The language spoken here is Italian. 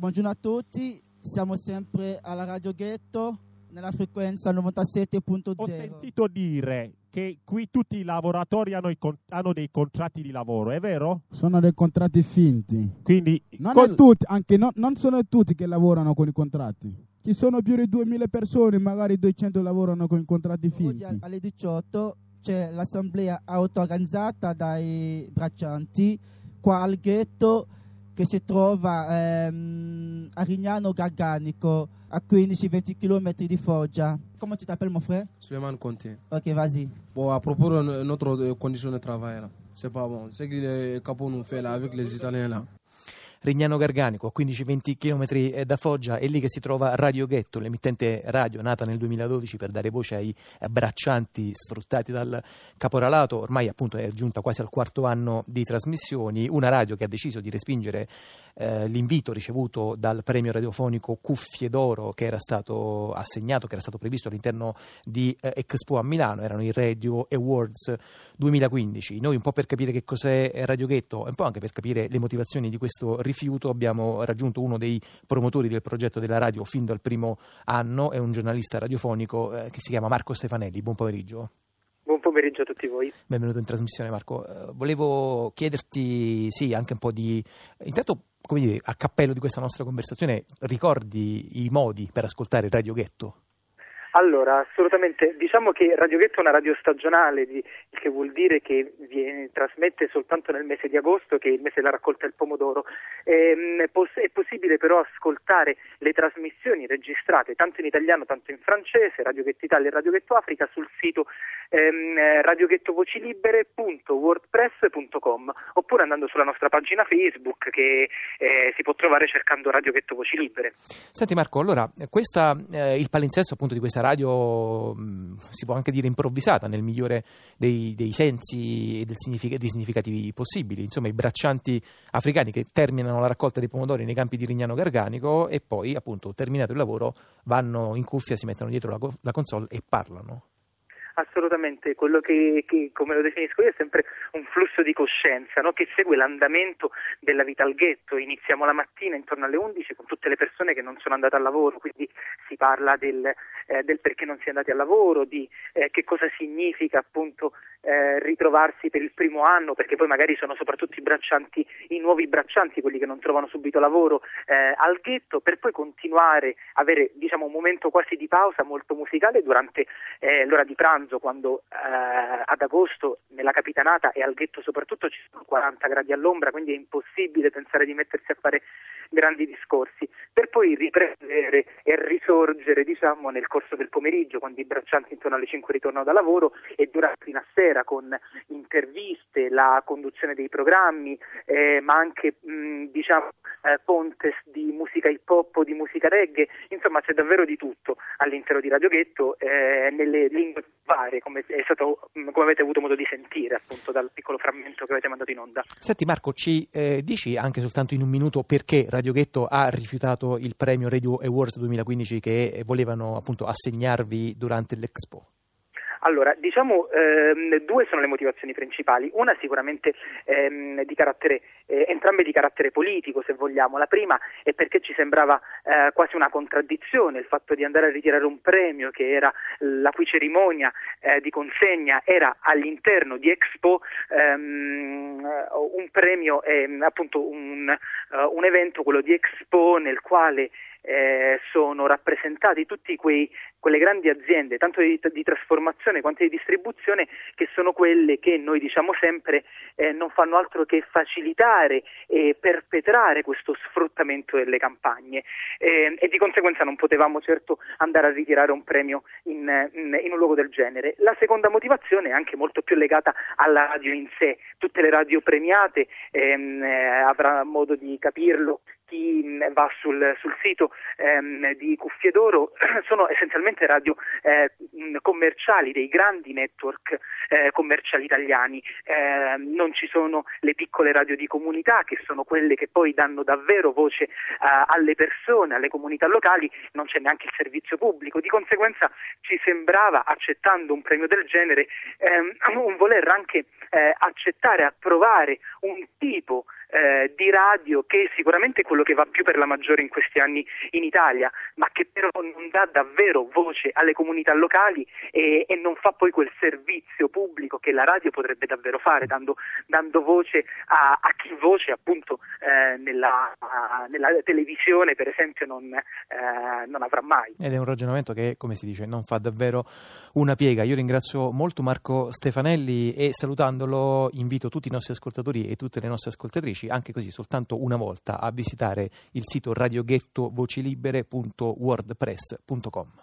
Buongiorno a tutti, siamo sempre alla Radio Ghetto nella frequenza 97.0. Ho sentito dire che qui tutti i lavoratori hanno dei contratti di lavoro, è vero? Sono dei contratti finti. Quindi non sono tutti che lavorano con i contratti. Ci sono più di 2000 persone, magari 200 lavorano con i contratti finti. Oggi alle 18 c'è l'assemblea auto-organizzata dai braccianti qua al ghetto, che si trova a Rignano Garganico, a 15-20 km di Foggia. Comment tu t'appelles, mon frère? Suleiman Conté. Ok, vas-y. Bon, à propos de notre condition de travail, là, c'est pas bon. Ce que les capots nous fait là, avec les Italiens là. Rignano Garganico, a 15-20 km da Foggia, è lì che si trova Radio Ghetto, l'emittente radio nata nel 2012 per dare voce ai braccianti sfruttati dal caporalato. Ormai appunto è giunta quasi al quarto anno di trasmissioni, una radio che ha deciso di respingere l'invito ricevuto dal premio radiofonico Cuffie d'Oro che era stato assegnato, che era stato previsto all'interno di Expo a Milano. Erano i Radio Awards 2015. Noi, un po' per capire che cos'è Radio Ghetto e un po' anche per capire le motivazioni di questo rifiuto, abbiamo raggiunto uno dei promotori del progetto della radio fin dal primo anno, è un giornalista radiofonico che si chiama Marco Stefanelli. Buon pomeriggio. Buon pomeriggio a tutti voi. Benvenuto in trasmissione, Marco. Volevo chiederti, anche un po' di... Intanto, come dire, a cappello di questa nostra conversazione, ricordi i modi per ascoltare Radio Ghetto? Allora, assolutamente, diciamo che Radio Ghetto è una radio stagionale, il che vuol dire che trasmette soltanto nel mese di agosto, che è il mese della raccolta del pomodoro. È possibile però ascoltare le trasmissioni registrate tanto in italiano, tanto in francese, Radio Ghetto Italia e Radio Ghetto Africa, sul sito radioghettovocilibere.wordpress.com, oppure andando sulla nostra pagina Facebook, che si può trovare cercando Radio Ghetto Voci Libere. Senti Marco, allora, il palinsesto appunto di questa radio si può anche dire improvvisata nel migliore dei sensi e dei significati possibili. Insomma, i braccianti africani che terminano la raccolta dei pomodori nei campi di Rignano Garganico e poi, appunto, terminato il lavoro, vanno in cuffia, si mettono dietro la console e parlano. Assolutamente, quello che come lo definisco io è sempre un flusso di coscienza, no? Che segue l'andamento della vita al ghetto. Iniziamo la mattina intorno alle 11 con tutte le persone che non sono andate al lavoro, quindi si parla del perché non si è andati al lavoro, di che cosa significa appunto ritrovarsi per il primo anno, perché poi magari sono soprattutto i nuovi braccianti, quelli che non trovano subito lavoro al ghetto, per poi continuare, avere diciamo un momento quasi di pausa molto musicale durante l'ora di pranzo, quando ad agosto nella Capitanata e al ghetto soprattutto ci sono 40 gradi all'ombra, quindi è impossibile pensare di mettersi a fare grandi discorsi, per poi riprendere e risorgere diciamo nel corso del pomeriggio, quando i braccianti intorno alle 5 ritornano da lavoro, e durante fino a sera con interviste, la conduzione dei programmi, ma anche contest di musica hip hop o di musica reggae. Insomma, c'è davvero di tutto all'interno di Radio Ghetto, nelle lingue varie, come avete avuto modo di sentire appunto dal piccolo frammento che avete mandato in onda. Senti Marco, ci dici anche soltanto in un minuto perché Radio Ghetto ha rifiutato il premio Radio Awards 2015 che volevano appunto assegnarvi durante l'Expo? Allora, diciamo due sono le motivazioni principali. Una sicuramente di carattere, entrambe di carattere politico, se vogliamo. La prima è perché ci sembrava quasi una contraddizione il fatto di andare a ritirare un premio che era la cui cerimonia di consegna era all'interno di Expo, un premio, appunto un evento, quello di Expo, nel quale sono rappresentati tutti quelle grandi aziende, tanto di trasformazione quanto di distribuzione, che sono quelle che noi diciamo sempre non fanno altro che facilitare e perpetrare questo sfruttamento delle campagne, e di conseguenza non potevamo certo andare a ritirare un premio in un luogo del genere. La seconda motivazione è anche molto più legata alla radio in sé. Tutte le radio premiate, avrà modo di capirlo chi va sul sito di Cuffie d'Oro, sono essenzialmente radio commerciali dei grandi network commerciali italiani. Non ci sono le piccole radio di comunità, che sono quelle che poi danno davvero voce alle persone, alle comunità locali. Non c'è neanche il servizio pubblico, di conseguenza ci sembrava, accettando un premio del genere, un voler anche accettare, approvare un tipo di radio che sicuramente è quello che va più per la maggiore in questi anni in Italia, ma che però non dà davvero voce alle comunità locali e non fa poi quel servizio pubblico che la radio potrebbe davvero fare, dando voce a chi voce appunto nella televisione per esempio non avrà mai. Ed è un ragionamento che, come si dice, non fa davvero una piega. Io ringrazio molto Marco Stefanelli e, salutandolo, invito tutti i nostri ascoltatori e tutte le nostre ascoltatrici, anche così soltanto una volta, a visitare il sito radioghettovocilibere.wordpress.com.